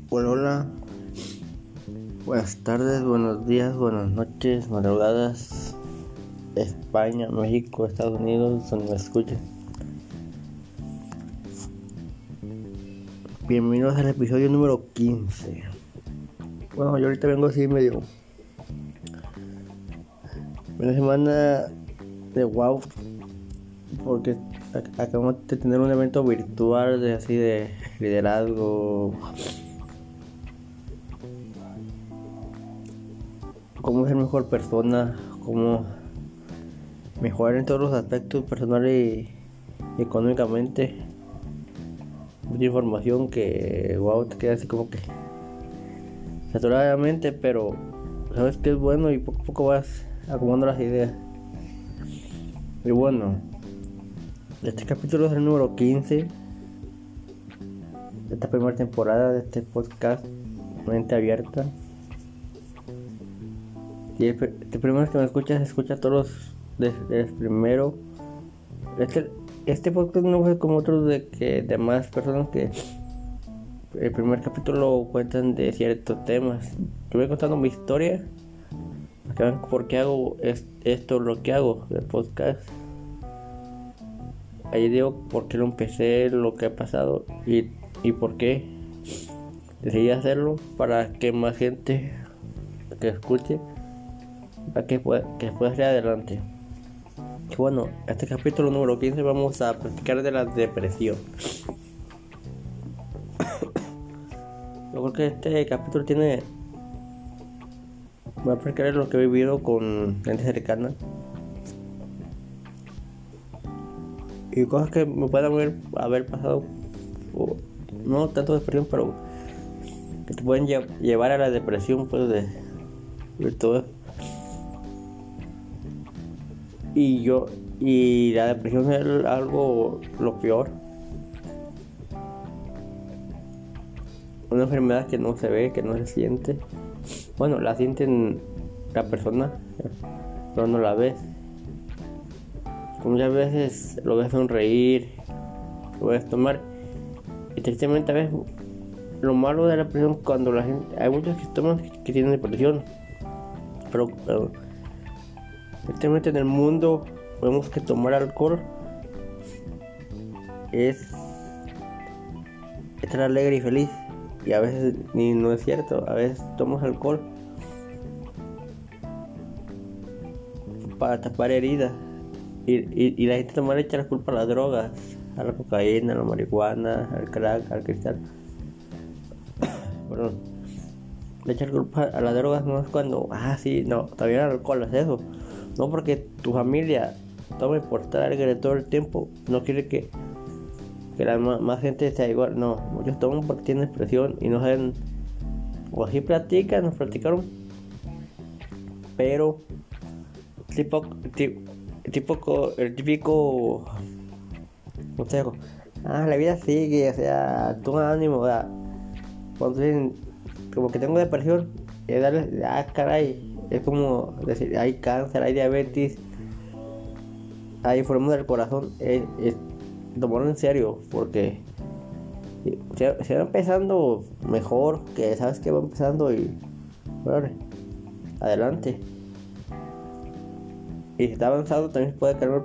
Hola, hola. Buenas tardes, buenos días, buenas noches, madrugadas, España, México, Estados Unidos, donde me escuchen. Bienvenidos al episodio número 15. Bueno, yo ahorita vengo así medio una semana de wow, porque acabamos de tener un evento virtual de liderazgo, cómo ser mejor persona, cómo mejorar en todos los aspectos personal y económicamente. Mucha información que wow, te queda así como que saturada la mente, pero sabes que es bueno y poco a poco vas acomodando las ideas. Y bueno, este capítulo es el número 15 de esta primera temporada de este podcast Mente Abierta. Si el primero que me escuchas, escucha a todos desde el primero. Este podcast no fue como otros de más personas que el primer capítulo cuentan de ciertos temas. Yo voy contando mi historia, para que vean por qué hago esto, lo que hago del podcast. Ahí digo por qué lo empecé, lo que ha pasado y por qué decidí hacerlo, para que más gente que escuche, para que pueda salir adelante. Y bueno, este capítulo número 15 vamos a platicar de la depresión. Yo creo que este capítulo voy a platicar lo que he vivido con gente cercana y cosas que me pueden haber pasado, no tanto depresión, pero que te pueden llevar a la depresión, pues, de todo. Y la depresión es algo lo peor, una enfermedad que no se ve, que no se siente. Bueno, la sienten la persona, pero no la ves. Muchas veces lo ves sonreír, lo ves tomar, y tristemente a veces lo malo de la depresión, cuando la gente, hay muchos que toman que tienen depresión, pero tristemente en el mundo vemos que tomar alcohol es estar alegre y feliz, y a veces ni no es cierto. A veces tomas alcohol para tapar heridas, y la gente le echa la culpa a las drogas, a la cocaína, a la marihuana, al crack, al cristal. Perdón. Le echa la culpa a las drogas, no es cuando, sí, no, también al alcohol es eso. No porque tu familia tome por estar alegre todo el tiempo, no quiere que la más gente sea igual. No, muchos toman porque tienen depresión y no saben, o así nos platicaron, pero el típico consejo: la vida sigue, o sea, toma ánimo, cuando dicen como que tengo depresión, es darle, caray, es como decir, hay cáncer, hay diabetes, hay enfermedad del corazón. Tomarlo en serio, porque se va empezando mejor, que sabes que va empezando, y bueno, adelante. Y si está avanzado también se puede calmar,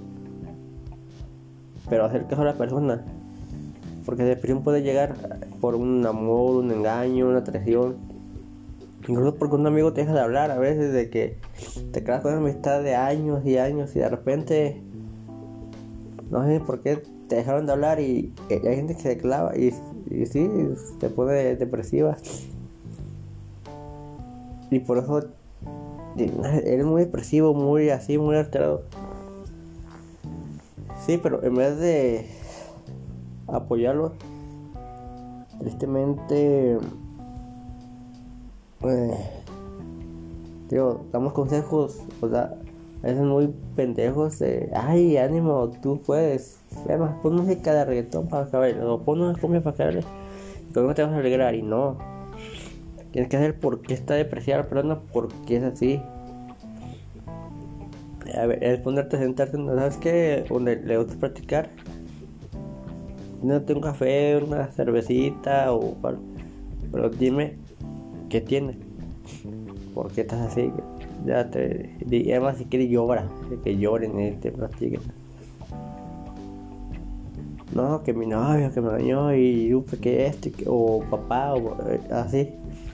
pero hacer caso a la persona, porque la depresión puede llegar por un amor, un engaño, una traición, incluso porque un amigo te deja de hablar. A veces de que te quedas con una amistad de años y años, y de repente no sé por qué te dejaron de hablar, y hay gente que se clava y sí, se pone depresiva, y por eso eres muy depresivo, muy así, muy alterado. Sí, pero en vez de apoyarlo, tristemente, damos consejos, o sea, a veces muy pendejos de, ánimo, tú puedes, además pon música de reggaetón para caber, o pon una cumbia para caber, y con eso te vas a alegrar. Y no, tienes que saber por qué está depresiva la persona, por qué es así. A ver, es ponerte a sentarte, ¿sabes qué? Donde le gusta practicar, no, un café, una cervecita o pero dime, ¿qué tienes? ¿Por qué estás así? Y además si quieres llora, que lloren y te platiquen. No, que mi novio que me dañó y supe que o papá, o así.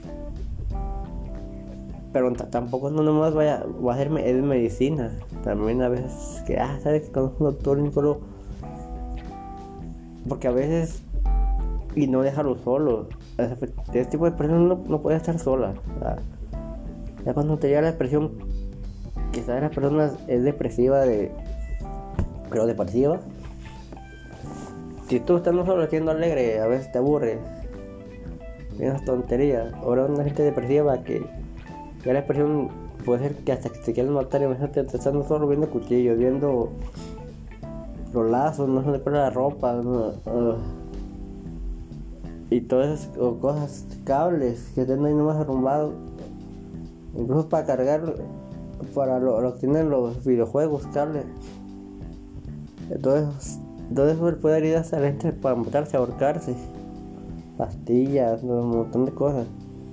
Pero tampoco no nomás voy a hacerme es medicina. También a veces que, sabes que conozco un doctor, un psicólogo. Porque a veces, y no dejarlo solo. Este tipo de personas no puede estar sola. Ya cuando te llega la depresión, quizás la persona es depresiva, pero depresiva. Si tú estás no solo siendo alegre, a veces te aburres. Tienes tonterías. Ahora una gente depresiva que ya la depresión puede ser que hasta que te quieran matar. Imagínate, te están solo viendo cuchillos, viendo los lazos, no se le pone la ropa, ¿no? Y todas esas cosas, cables que están ahí nomás arrumbados. Incluso para cargar, para lo que tienen los videojuegos, cables. Entonces, todo eso le puede ayudar a la gente para matarse, ahorcarse. Pastillas, un montón de cosas.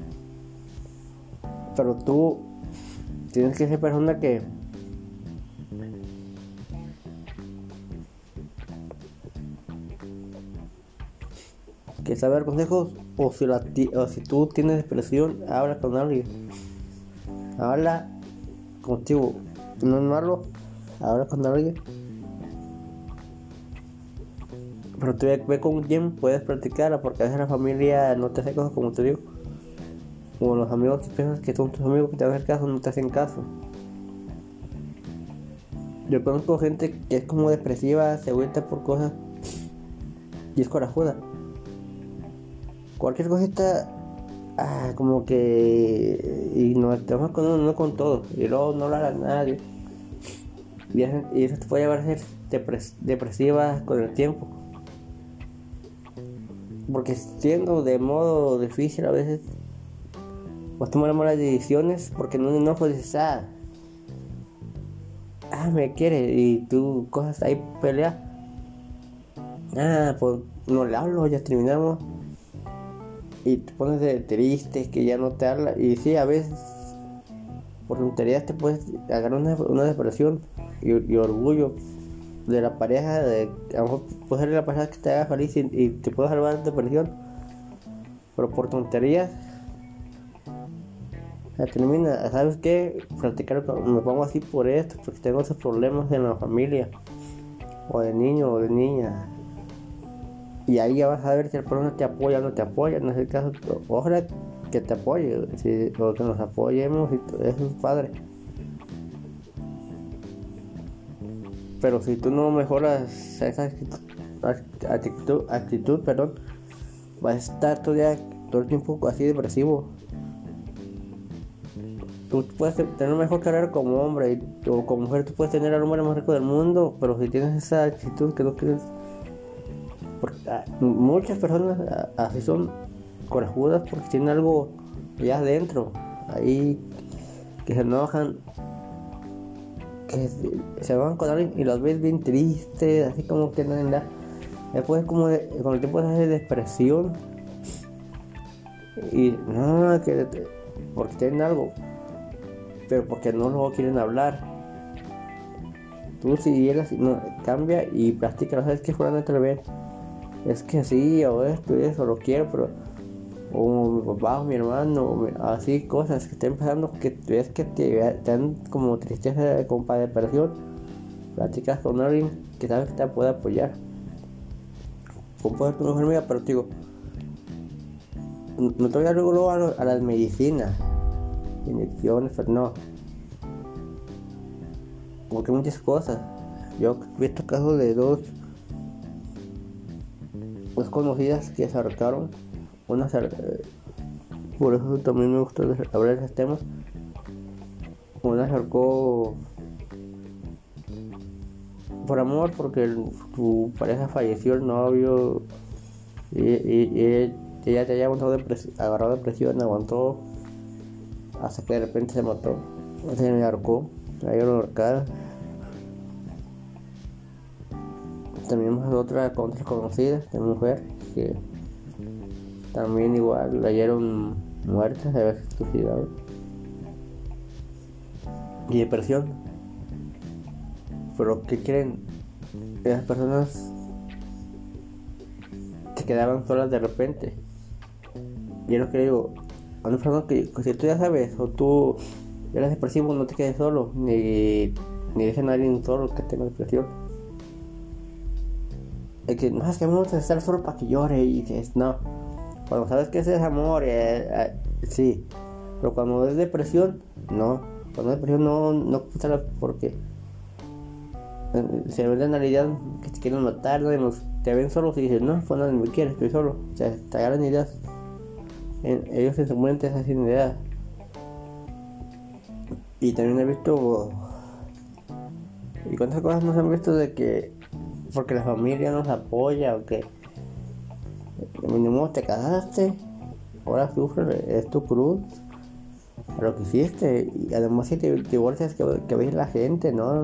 Pero tú tienes que ser persona que sabe dar consejos, o si tú tienes depresión, habla con alguien. Habla contigo, no es malo, habla con alguien. Pero tú ve con quien puedes practicarla, porque a veces la familia no te hace cosas como te digo. Como los amigos que piensas que son tus amigos que te van a hacer caso, no te hacen caso. Yo conozco gente que es como depresiva, se agüita por cosas y es corajuda. Cualquier cosita, como que y nos tenemos con uno, no con todo, y luego no hablar a nadie. Y eso te puede llevar a ser depresiva con el tiempo. Porque siendo de modo difícil a veces, pues tomar malas decisiones porque no pues dices, me quiere, y tú cosas ahí peleas. Pues no le hablo, ya terminamos. Y te pones de triste, que ya no te habla. Y sí, a veces por tonterías te puedes agarrar una depresión y orgullo de la pareja. A lo mejor puede ser la pareja que te haga feliz y te puede salvar de depresión. Pero por tonterías la termina. ¿Sabes qué? Practicar, me pongo así por esto, porque tengo esos problemas en la familia, o de niño o de niña. Y ahí ya vas a ver si la persona te apoya o no te apoya. En ese caso, ojalá que te apoye, o que nos apoyemos, y eso es padre. Pero si tú no mejoras esa actitud, vas a estar todo el tiempo así depresivo. Tú puedes tener mejor carrera como hombre, o como mujer tú puedes tener al hombre más rico del mundo, pero si tienes esa actitud que no quieres. Porque muchas personas así son corajudas porque tienen algo allá adentro, ahí, que se enojan, que se van con alguien y los ves bien tristes, así como que no hay nada. Después con el tiempo se hace depresión y porque tienen algo, pero porque no lo quieren hablar. Tú si llegas, cambia y practica, sabes que fuera te lo ven. Es que sí, o esto y eso, lo quiero, pero o mi papá o mi hermano, así cosas que estén pasando que ves que te dan como tristeza, como para depresión. Platicas con alguien que sabes que te puede apoyar. Como puede ser tu mejor amiga, pero te digo, no te voy a luego a las medicinas, inyecciones, pero no. Porque muchas cosas. Yo he visto casos de dos conocidas que se ahorcaron. Por eso también me gusta hablar de esos temas. Una se ahorcó por amor, porque su pareja falleció, el novio, y ella te había agarrado depresión, aguantó hasta que de repente se mató. Se me ahorcó, ahí lo ahorcaron. También otra conocida de mujer que también igual la hallaron muerta de haberse suicidado. Y depresión. Pero ¿qué creen? Las personas se quedaban solas de repente. Y es lo que digo, a una persona que si tú ya sabes o tú eres depresivo, no te quedes solo, ni dejes a nadie solo que tenga depresión. Es que no, es que me gusta estar solo para que llore y dices, no. Cuando sabes que ese es amor, sí. Pero cuando es depresión, no. Cuando es depresión no gusta porque se ven la realidad que te quieren matar, ¿no? Te ven solos y dicen, no, pues nadie me quiere, estoy solo. O sea, te agarran ideas. Ellos en su mente se hacen ideas. Y también he visto, y cuántas cosas nos han visto de que porque la familia nos apoya o que mínimo te casaste, ahora sufres, es tu cruz, lo que hiciste. Y además si te divorcias que veis la gente, no.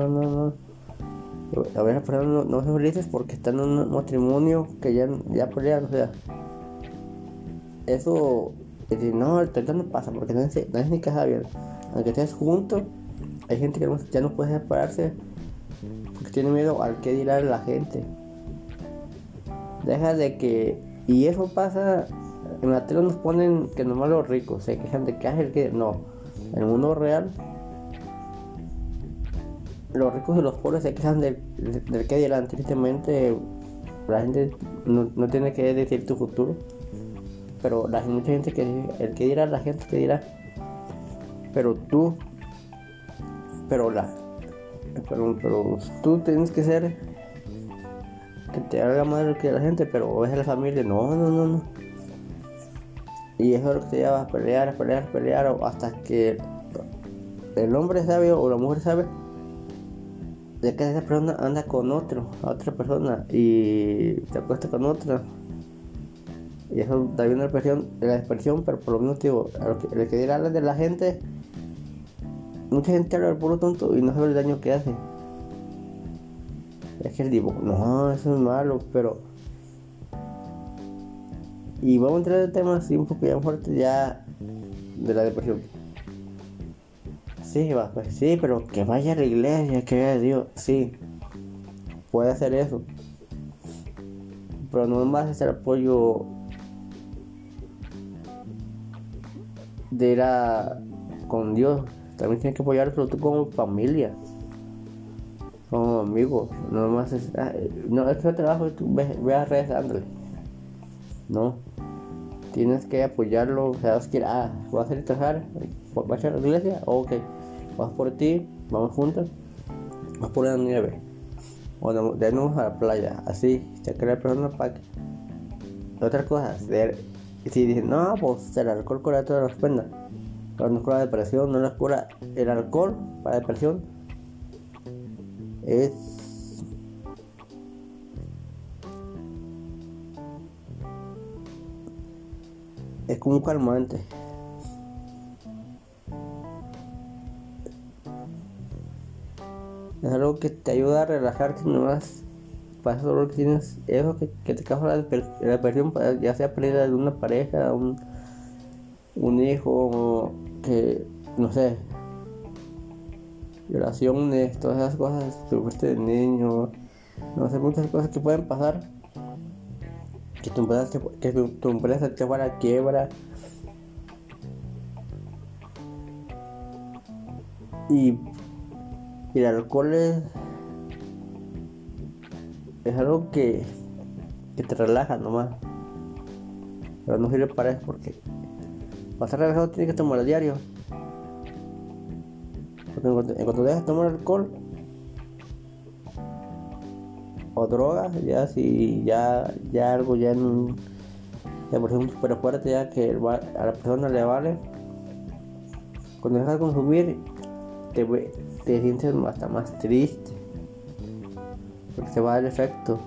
A ver, las personas no son felices porque están en un matrimonio que ya pelean, o sea, eso, no, ahorita no pasa porque no es ni casa bien. Aunque estés juntos, hay gente que ya no puede separarse porque tiene miedo al que dirá la gente. Deja de que, y eso pasa, en la tele nos ponen que nomás los ricos se quejan de que el que no, en el mundo real los ricos y los pobres se quejan del que dirán. Tristemente la gente no tiene que decir tu futuro, pero hay mucha gente que el que dirá, la gente que dirá, pero tú tienes que ser que te haga mal que la gente, pero es la familia, no. Y eso es lo que te lleva a pelear o hasta que el hombre sabe o la mujer sabe de que esa persona anda con otra persona y te acuesta con otra. Y eso da bien la expresión, pero por lo menos digo, lo que dirá de la gente, mucha gente habla del puro tonto y no sabe el daño que hace. Es que el dibujo, no, eso es malo, pero... Y vamos a entrar en temas así un poco ya fuertes ya de la depresión. Sí, pues sí, pero que vaya a la iglesia, que vea a Dios, sí, puede hacer eso. Pero no más es el apoyo de ir con Dios. También tienes que apoyarlo tú como familia, como amigo. No más es que trabajo y tú veas rezándole. No, tienes que apoyarlo. O sea, vas a ir, voy a hacer trabajar, vas a ir a la iglesia, ok, vas por ti, vamos juntos, vas por la nieve, o de nuevo a la playa, así, se crea la persona para que... Otras cosas, si dicen, no, pues el alcohol cura todas las penas, pero no cura la depresión, no la cura. El alcohol para depresión es como un calmante. Es algo que te ayuda a relajarte nomás. Pasa todo lo que tienes, eso que te causa la depresión, ya sea pérdida de una pareja, un hijo, que no sé, violaciones, todas esas cosas, sufriste de niño, no sé, muchas cosas que pueden pasar, que tu empresa te va a la quiebra. Y el alcohol es algo que te relaja nomás, pero no sirve para eso porque para estar relajado tienes que tomar a diario. Porque en cuanto dejas de tomar alcohol o drogas, ya si ya algo ya por ejemplo súper fuerte, ya que a la persona le vale, cuando dejas de consumir te sientes hasta más triste porque se va el efecto.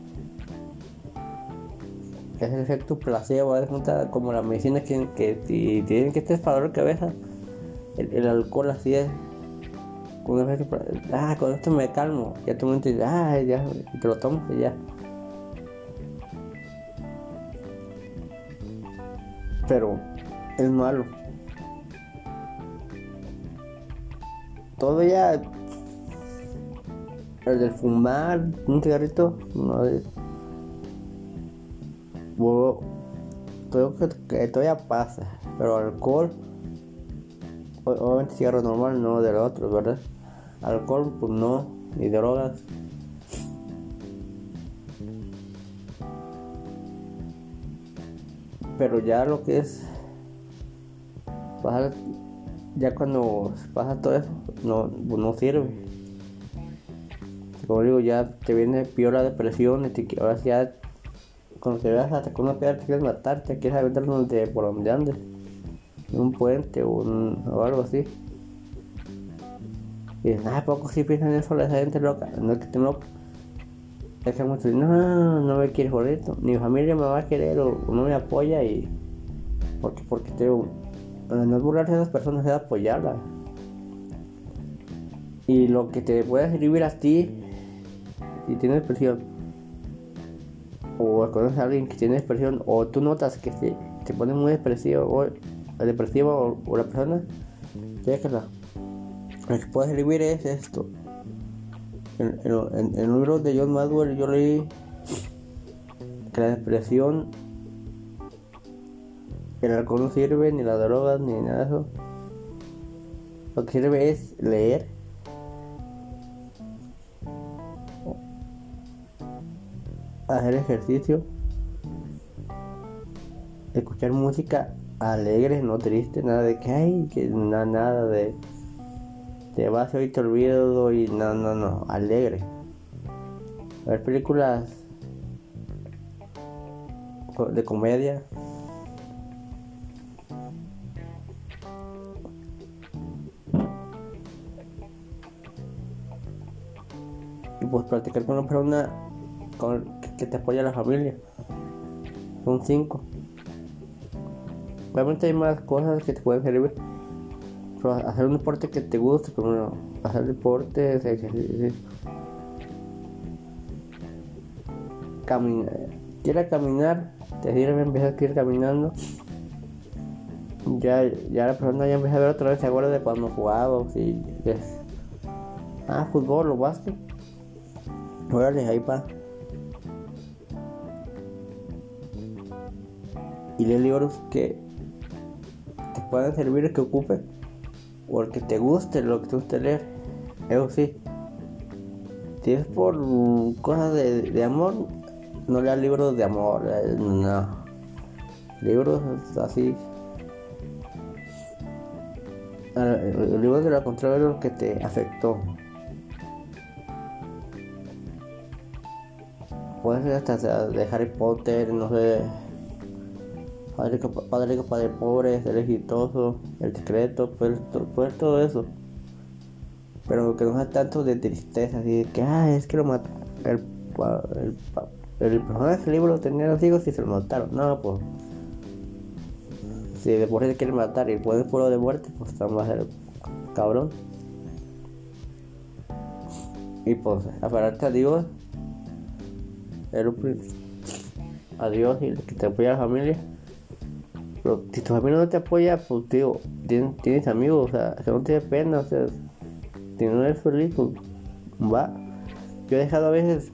Es el efecto placebo, es como la medicina que si tienen que estar para dolor de cabeza, el alcohol así es. Con esto me calmo, ya tu mente dice, ya, te lo tomas y ya. pero es malo. Todo ya, el del fumar un cigarrito, no es, todo que todavía pasa, pero alcohol, obviamente cigarro normal, no del otro, ¿verdad? Alcohol, pues no, ni drogas. Pero ya lo que es pasar, ya cuando pasa todo eso, no sirve. Como digo, ya te viene peor la depresión, ahora sí ya, cuando te veas hasta con una piedra te quieres matar, te quieres aventar por donde andes, en un puente o algo así. Y dices, poco si piensan eso la gente loca, no es que te loco. Es que muchos dicen, no me quieres joder, ni mi familia me va a querer o no me apoya y porque no es burlarse de esas personas, es apoyarlas. Y lo que te puede servir a ti, si tienes depresión, o conoces a alguien que tiene depresión, o tú notas que te pone muy depresivo o la persona, déjala. Lo que puede servir es esto. En el libro de John Maxwell yo leí que la depresión, el alcohol no sirve, ni las drogas, ni nada de eso. Lo que sirve es leer, hacer ejercicio, escuchar música alegre, no triste, nada de que nada de te vas hoy te olvido y no, alegre. Ver películas de comedia. Y pues practicar con una persona que te apoya a la familia. Son 5. Realmente hay más cosas que te pueden servir. Pero hacer un deporte que te guste, primero, hacer deportes, ejercicio. Quiera caminar, te sirve empezar a ir caminando. Ya la persona ya empieza a ver otra vez, se acuerda de cuando jugaba, si fútbol o básquet. Órale, ahí va. Y lee libros que te puedan servir, que ocupe, o el que te guste, lo que te guste leer. Eso sí, si es por cosas de amor, no leas libros de amor, no. Libros así. El libro de la contraria es lo que te afectó. Puede ser hasta de Harry Potter, no sé. Padre rico, padre pobre, ser exitoso, el secreto, pues todo eso. Pero que no sea tanto de tristeza, así de que, es que lo mató. El personaje del libro tenía los hijos y se lo mataron. No, pues. Si de por sí se quieren matar y pueden puro de muerte, pues va a ser cabrón. Y pues, aferrarte a Dios. A Dios y que te apoya la familia. Pero si tu familia no te apoya, pues digo, tienes amigos, o sea, que no te dé pena, o sea, si no eres feliz, pues va. Yo he dejado a veces,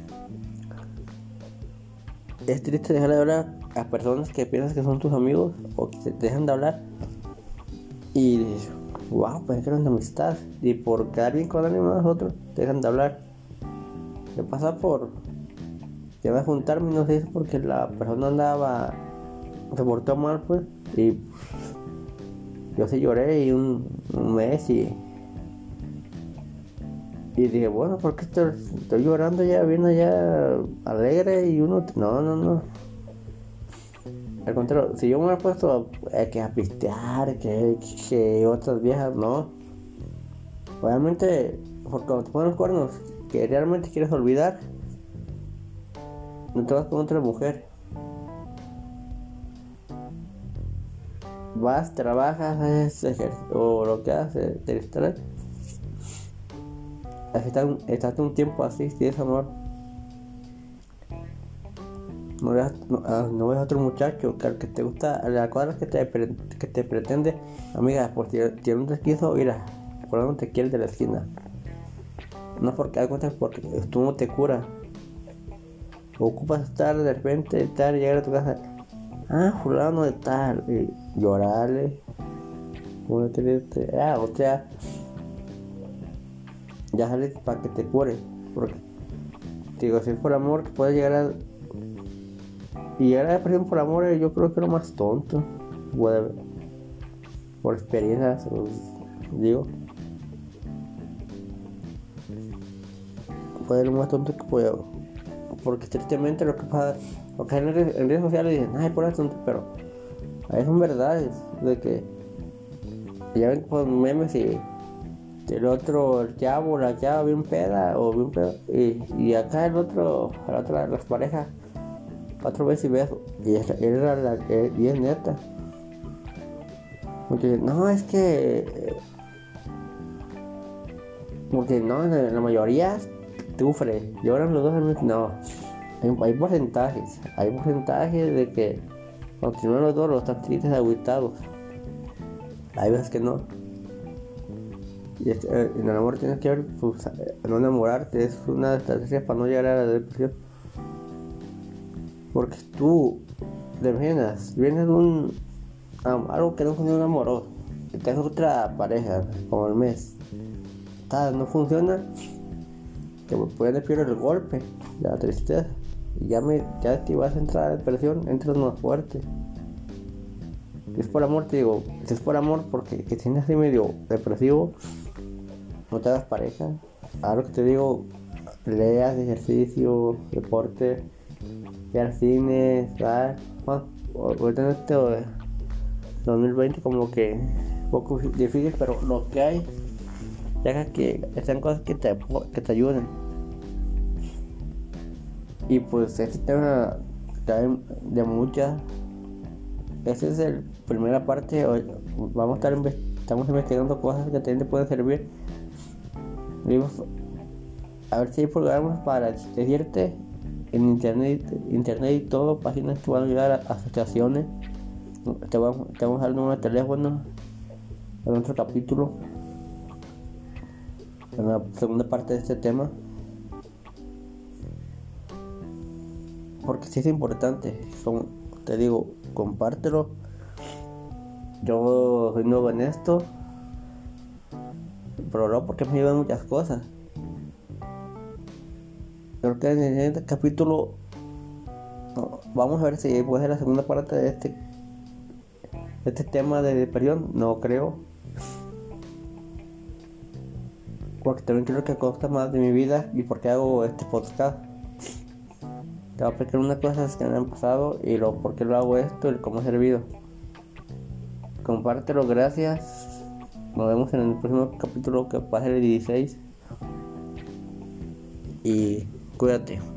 es triste dejar de hablar a personas que piensas que son tus amigos o que te dejan de hablar y dices, pues que eran de amistad, y por quedar bien con alguien más otro, te dejan de hablar. Me pasa por ya voy a juntarme, no sé, porque la persona se portó mal, pues, y yo sí lloré y un mes y dije, bueno, ¿por qué estoy llorando ya, viendo ya alegre? Y uno, no. Al contrario, si yo me hubiera puesto a pistear, que otras viejas, no. Obviamente, porque cuando te ponen los cuernos, que realmente quieres olvidar, no te vas con otra mujer. Vas, trabajas, haces ejercicio o lo que haces, te distraes. Estás un tiempo así, si es amor. no ves a otro muchacho que te gusta, la cuadra que te pretende, amiga, pues tiene un desquizo, mira, por donde te quiere de la esquina. No porque algo te, porque tú no te cura. Ocupas estar de repente, llegar a tu casa, fulano de tal, y llorarle, o sea, ya sales para que te cure, porque digo, si es por amor, que puedes llegar a la depresión por amor, yo creo que es lo más tonto, por experiencia, digo, puede ser lo más tonto que puedo, porque tristemente lo que pasa, lo que en redes sociales dicen, ay, por eso tonto, pero ahí son verdades, de que ya ven por memes y el otro, el chavo, la chava bien peda o bien pedo, y acá el otro, las parejas, 4 veces y beso, y es neta, porque no, es que porque no, la mayoría sufre, lloran los dos al mismo, no, hay porcentajes de que continúan los dos, los están tristes, aguitados, hay veces que no. Y en el amor tienes que ver, pues, no enamorarte, es una de las estrategias para no llegar a la depresión. Porque tú, de vienes de algo que no funciona amoroso, y tienes otra pareja, como el mes, no funciona, que puedes pierder el golpe, la tristeza, y ya te vas a entrar a la depresión, entras más fuerte. Si es por amor, te digo, si es por amor, porque que tienes así medio depresivo, no te hagas pareja. Ahora que te digo, leas, ejercicio, deporte, ir al cine, ¿sabes? Ahorita en este 2020 como que un poco difícil, pero lo que hay, ya que están cosas que te ayuden. Y pues este tema cae de muchas. Esa es la primera parte. Hoy estamos investigando cosas que también te pueden servir. A ver si hay programas para decirte en internet y todo, páginas que van a ayudar a asociaciones. Te vamos a dar el número de teléfono en otro capítulo, en la segunda parte de este tema, porque sí es importante. Como te digo, compártelo. Yo soy nuevo en esto, pero no porque me ayudan muchas cosas. Creo que en este capítulo vamos a ver si puede ser la segunda parte de este tema de depresión. No creo, porque también creo que consta más de mi vida y porque hago este podcast. Te voy a explicar unas cosas que me han pasado y por qué lo hago esto y cómo ha servido. Compártelo, gracias. Nos vemos en el próximo capítulo, que pasa el 16. Y cuídate.